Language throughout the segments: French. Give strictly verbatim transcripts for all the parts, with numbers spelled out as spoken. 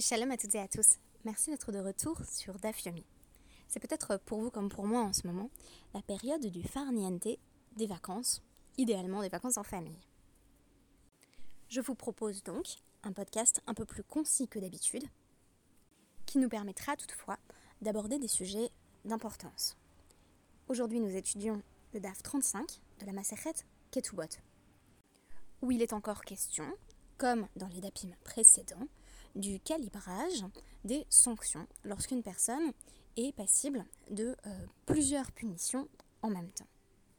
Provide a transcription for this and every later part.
Shalom à toutes et à tous. Merci d'être de retour sur Daf Yomi. C'est peut-être pour vous comme pour moi en ce moment la période du farniente des vacances, idéalement des vacances en famille. Je vous propose donc un podcast un peu plus concis que d'habitude, qui nous permettra toutefois d'aborder des sujets d'importance. Aujourd'hui, nous étudions le Daf trente-cinq de la Masechet Ketubot, où il est encore question, comme dans les dapim précédents, du calibrage des sanctions lorsqu'une personne est passible de euh, plusieurs punitions en même temps.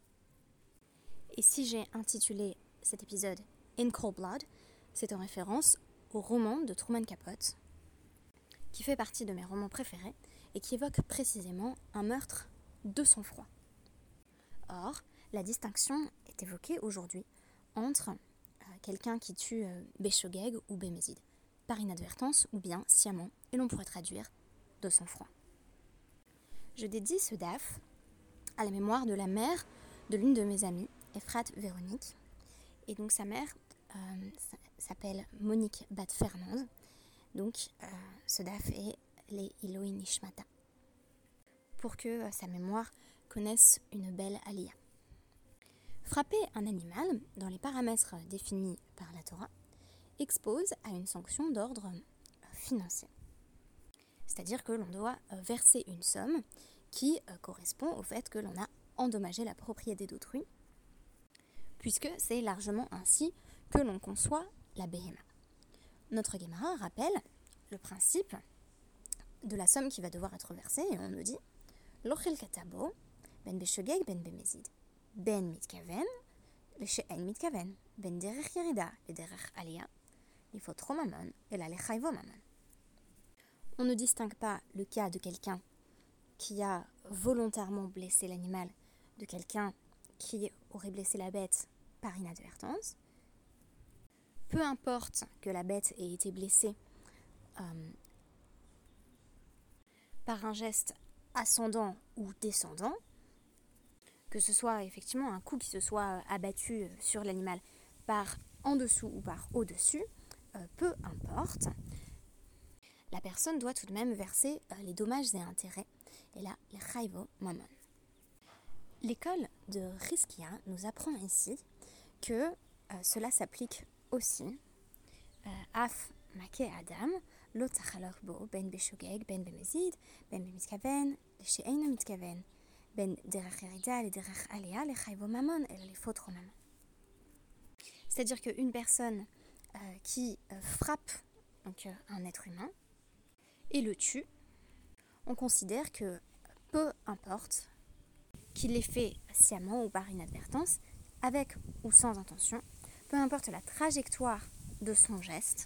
Et si j'ai intitulé cet épisode In Cold Blood, c'est en référence au roman de Truman Capote, qui fait partie de mes romans préférés et qui évoque précisément un meurtre de sang-froid. Or, la distinction est évoquée aujourd'hui entre euh, quelqu'un qui tue euh, Béchogeg ou Bémézid, par inadvertance ou bien sciemment, et l'on pourrait traduire de sang-froid. Je dédie ce daf à la mémoire de la mère de l'une de mes amies, Efrat Véronique, et donc sa mère euh, s'appelle Monique Bat Fernande, donc euh, ce daf est les Iloi Nishmata, pour que euh, sa mémoire connaisse une belle aliyah. Frapper un animal dans les paramètres définis par la Torah expose à une sanction d'ordre financier. C'est-à-dire que l'on doit verser une somme qui correspond au fait que l'on a endommagé la propriété d'autrui, puisque c'est largement ainsi que l'on conçoit la béhéma. Notre Gemara rappelle le principe de la somme qui va devoir être versée, et on nous dit « L'ochel katabo, ben beshogeg ben bemezid, ben mitkaven, le she'en mitkaven, ben derech yerida, le derech aliyah, il faut trop mammon, et là les chayvo mammon. » On ne distingue pas le cas de quelqu'un qui a volontairement blessé l'animal de quelqu'un qui aurait blessé la bête par inadvertance. Peu importe que la bête ait été blessée euh, par un geste ascendant ou descendant, que ce soit effectivement un coup qui se soit abattu sur l'animal par en dessous ou par au-dessus, euh, peu importe, la personne doit tout de même verser euh, les dommages et intérêts, et là, les chayvo mammon. L'école de Rizkia nous apprend ici que euh, cela s'applique aussi af make adam lo tachalor bo ben beshogeg ben bemezid ben bemitkaven le she'eino mitkaven ben derech yerida le derech aliyah le chayvo mammon et le fotro mammon. C'est-à-dire qu'une personne euh, qui euh, frappe donc, euh, un être humain et le tue, on considère que peu importe qu'il l'ait fait sciemment ou par inadvertance, avec ou sans intention, peu importe la trajectoire de son geste,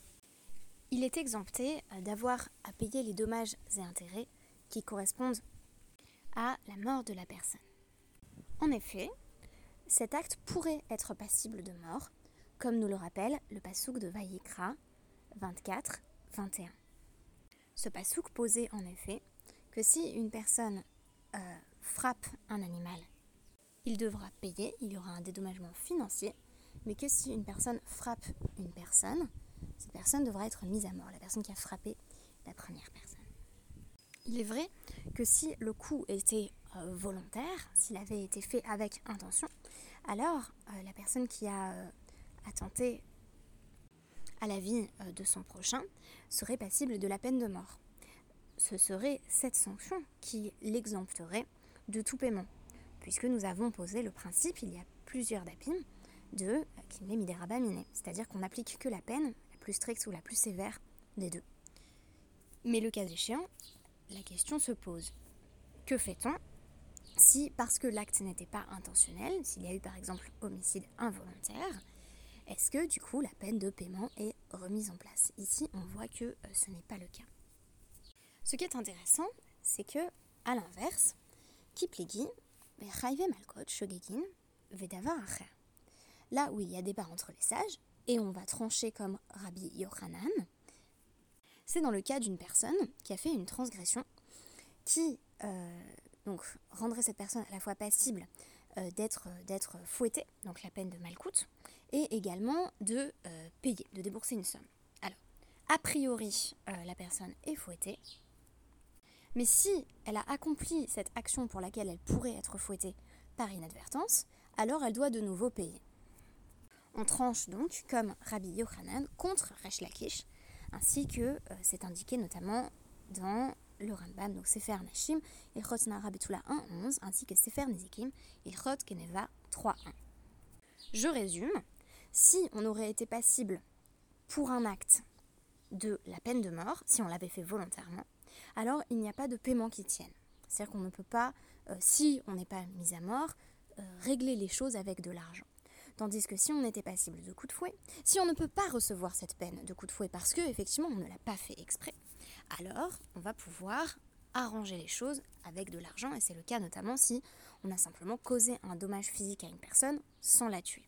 il est exempté d'avoir à payer les dommages et intérêts qui correspondent à la mort de la personne. En effet, cet acte pourrait être passible de mort, comme nous le rappelle le passouk de Vayikra vingt-quatre vingt et un. Ce passouk posait en effet que si une personne euh, frappe un animal, il devra payer, il y aura un dédommagement financier, mais que si une personne frappe une personne, cette personne devra être mise à mort, la personne qui a frappé la première personne. Il est vrai que si le coup était euh, volontaire, s'il avait été fait avec intention, alors euh, la personne qui a euh, attenté à la vie euh, de son prochain serait passible de la peine de mort. Ce serait cette sanction qui l'exempterait de tout paiement, puisque nous avons posé le principe, il y a plusieurs dapim, de kinle midera bamine, c'est-à-dire qu'on n'applique que la peine la plus stricte ou la plus sévère des deux. Mais le cas échéant, la question se pose. Que fait-on si, parce que l'acte n'était pas intentionnel, s'il y a eu par exemple homicide involontaire, est-ce que du coup la peine de paiement est remise en place? Ici, on voit que euh, ce n'est pas le cas. Ce qui est intéressant, c'est que, à l'inverse, Kiplegi, Bechayve Malkot, Shogegin, Vedavar Acher. Là où il y a débat entre les sages, et on va trancher comme Rabbi Yochanan, c'est dans le cas d'une personne qui a fait une transgression qui euh, donc, rendrait cette personne à la fois passible euh, d'être, d'être fouettée, donc la peine de malcoute, et également de euh, payer, de débourser une somme. Alors, a priori, euh, la personne est fouettée. Mais si elle a accompli cette action pour laquelle elle pourrait être fouettée par inadvertance, alors elle doit de nouveau payer. On tranche donc comme Rabbi Yochanan contre Resh Lakish, ainsi que euh, c'est indiqué notamment dans le Rambam, donc Sefer Nashim, Ilchot Nahara Betula un onze, ainsi que Sefer Nezikim, Ilchot Geneva trois un. Je résume, si on aurait été passible pour un acte de la peine de mort, si on l'avait fait volontairement, alors il n'y a pas de paiement qui tienne. C'est-à-dire qu'on ne peut pas, euh, si on n'est pas mis à mort, euh, régler les choses avec de l'argent. Tandis que si on était passible de coup de fouet, si on ne peut pas recevoir cette peine de coup de fouet parce qu'effectivement on ne l'a pas fait exprès, alors on va pouvoir arranger les choses avec de l'argent, et c'est le cas notamment si on a simplement causé un dommage physique à une personne sans la tuer.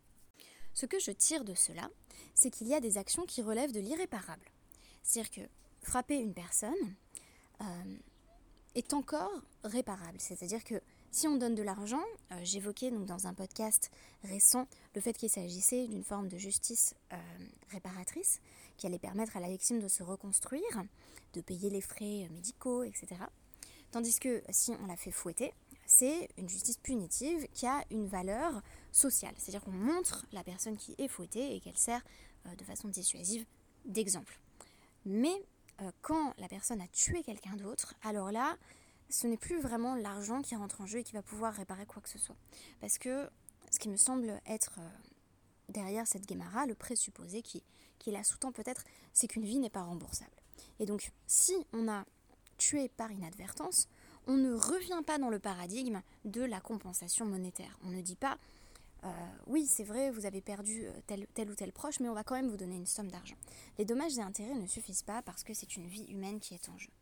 Ce que je tire de cela, c'est qu'il y a des actions qui relèvent de l'irréparable. C'est-à-dire que frapper une personne euh, est encore réparable. C'est-à-dire que si on donne de l'argent, euh, j'évoquais donc dans un podcast récent le fait qu'il s'agissait d'une forme de justice euh, réparatrice qui allait permettre à la victime de se reconstruire, de payer les frais médicaux, et cetera. Tandis que si on la fait fouetter, c'est une justice punitive qui a une valeur sociale. C'est-à-dire qu'on montre la personne qui est fouettée et qu'elle sert euh, de façon dissuasive d'exemple. Mais euh, quand la personne a tué quelqu'un d'autre, alors là, ce n'est plus vraiment l'argent qui rentre en jeu et qui va pouvoir réparer quoi que ce soit. Parce que ce qui me semble être euh, derrière cette Guémara, le présupposé qui, qui la sous-tend peut-être, c'est qu'une vie n'est pas remboursable. Et donc, si on a tué par inadvertance, on ne revient pas dans le paradigme de la compensation monétaire. On ne dit pas euh, oui, c'est vrai, vous avez perdu tel, tel ou tel proche, mais on va quand même vous donner une somme d'argent. Les dommages et intérêts ne suffisent pas parce que c'est une vie humaine qui est en jeu.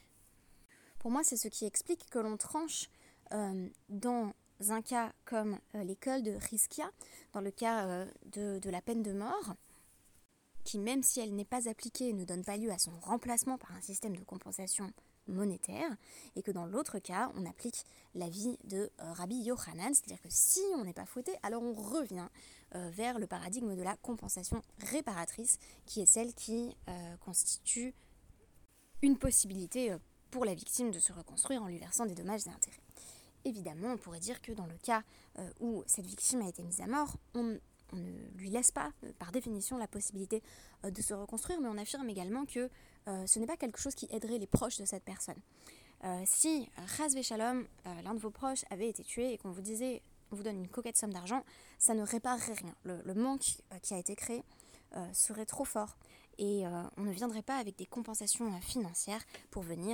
Pour moi, c'est ce qui explique que l'on tranche euh, dans un cas comme euh, l'école de Rizkia, dans le cas euh, de, de la peine de mort, qui, même si elle n'est pas appliquée, ne donne pas lieu à son remplacement par un système de compensation monétaire, et que dans l'autre cas, on applique l'avis de euh, Rabbi Yochanan, c'est-à-dire que si on n'est pas fouetté, alors on revient euh, vers le paradigme de la compensation réparatrice, qui est celle qui euh, constitue une possibilité euh, pour la victime de se reconstruire en lui versant des dommages et intérêts. Évidemment, on pourrait dire que dans le cas euh, où cette victime a été mise à mort, on, on ne lui laisse pas, euh, par définition, la possibilité euh, de se reconstruire, mais on affirme également que euh, ce n'est pas quelque chose qui aiderait les proches de cette personne. Euh, si, Chas Veshalom, euh, l'un de vos proches avait été tué et qu'on vous disait, on vous donne une coquette somme d'argent, ça ne réparerait rien. Le, le manque euh, qui a été créé euh, serait trop fort et euh, on ne viendrait pas avec des compensations euh, financières pour venir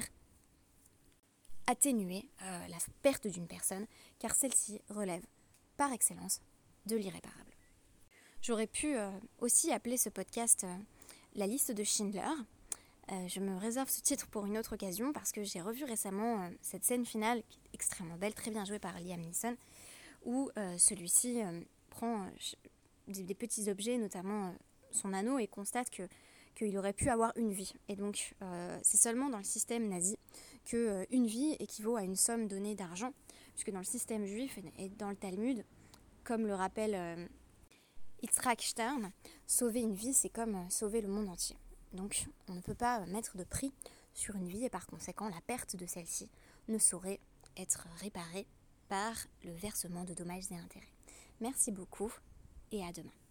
atténuer euh, la perte d'une personne, car celle-ci relève par excellence de l'irréparable. J'aurais pu euh, aussi appeler ce podcast euh, la liste de Schindler. Euh, je me réserve ce titre pour une autre occasion parce que j'ai revu récemment euh, cette scène finale qui est extrêmement belle, très bien jouée par Liam Neeson, où euh, celui-ci euh, prend euh, des, des petits objets, notamment euh, son anneau, et constate que qu'il aurait pu avoir une vie. Et donc, euh, c'est seulement dans le système nazi qu'une euh, vie équivaut à une somme donnée d'argent, puisque dans le système juif et dans le Talmud, comme le rappelle euh, Yitzhak Stern, sauver une vie, c'est comme euh, sauver le monde entier. Donc, on ne peut pas euh, mettre de prix sur une vie, et par conséquent, la perte de celle-ci ne saurait être réparée par le versement de dommages et intérêts. Merci beaucoup, et à demain.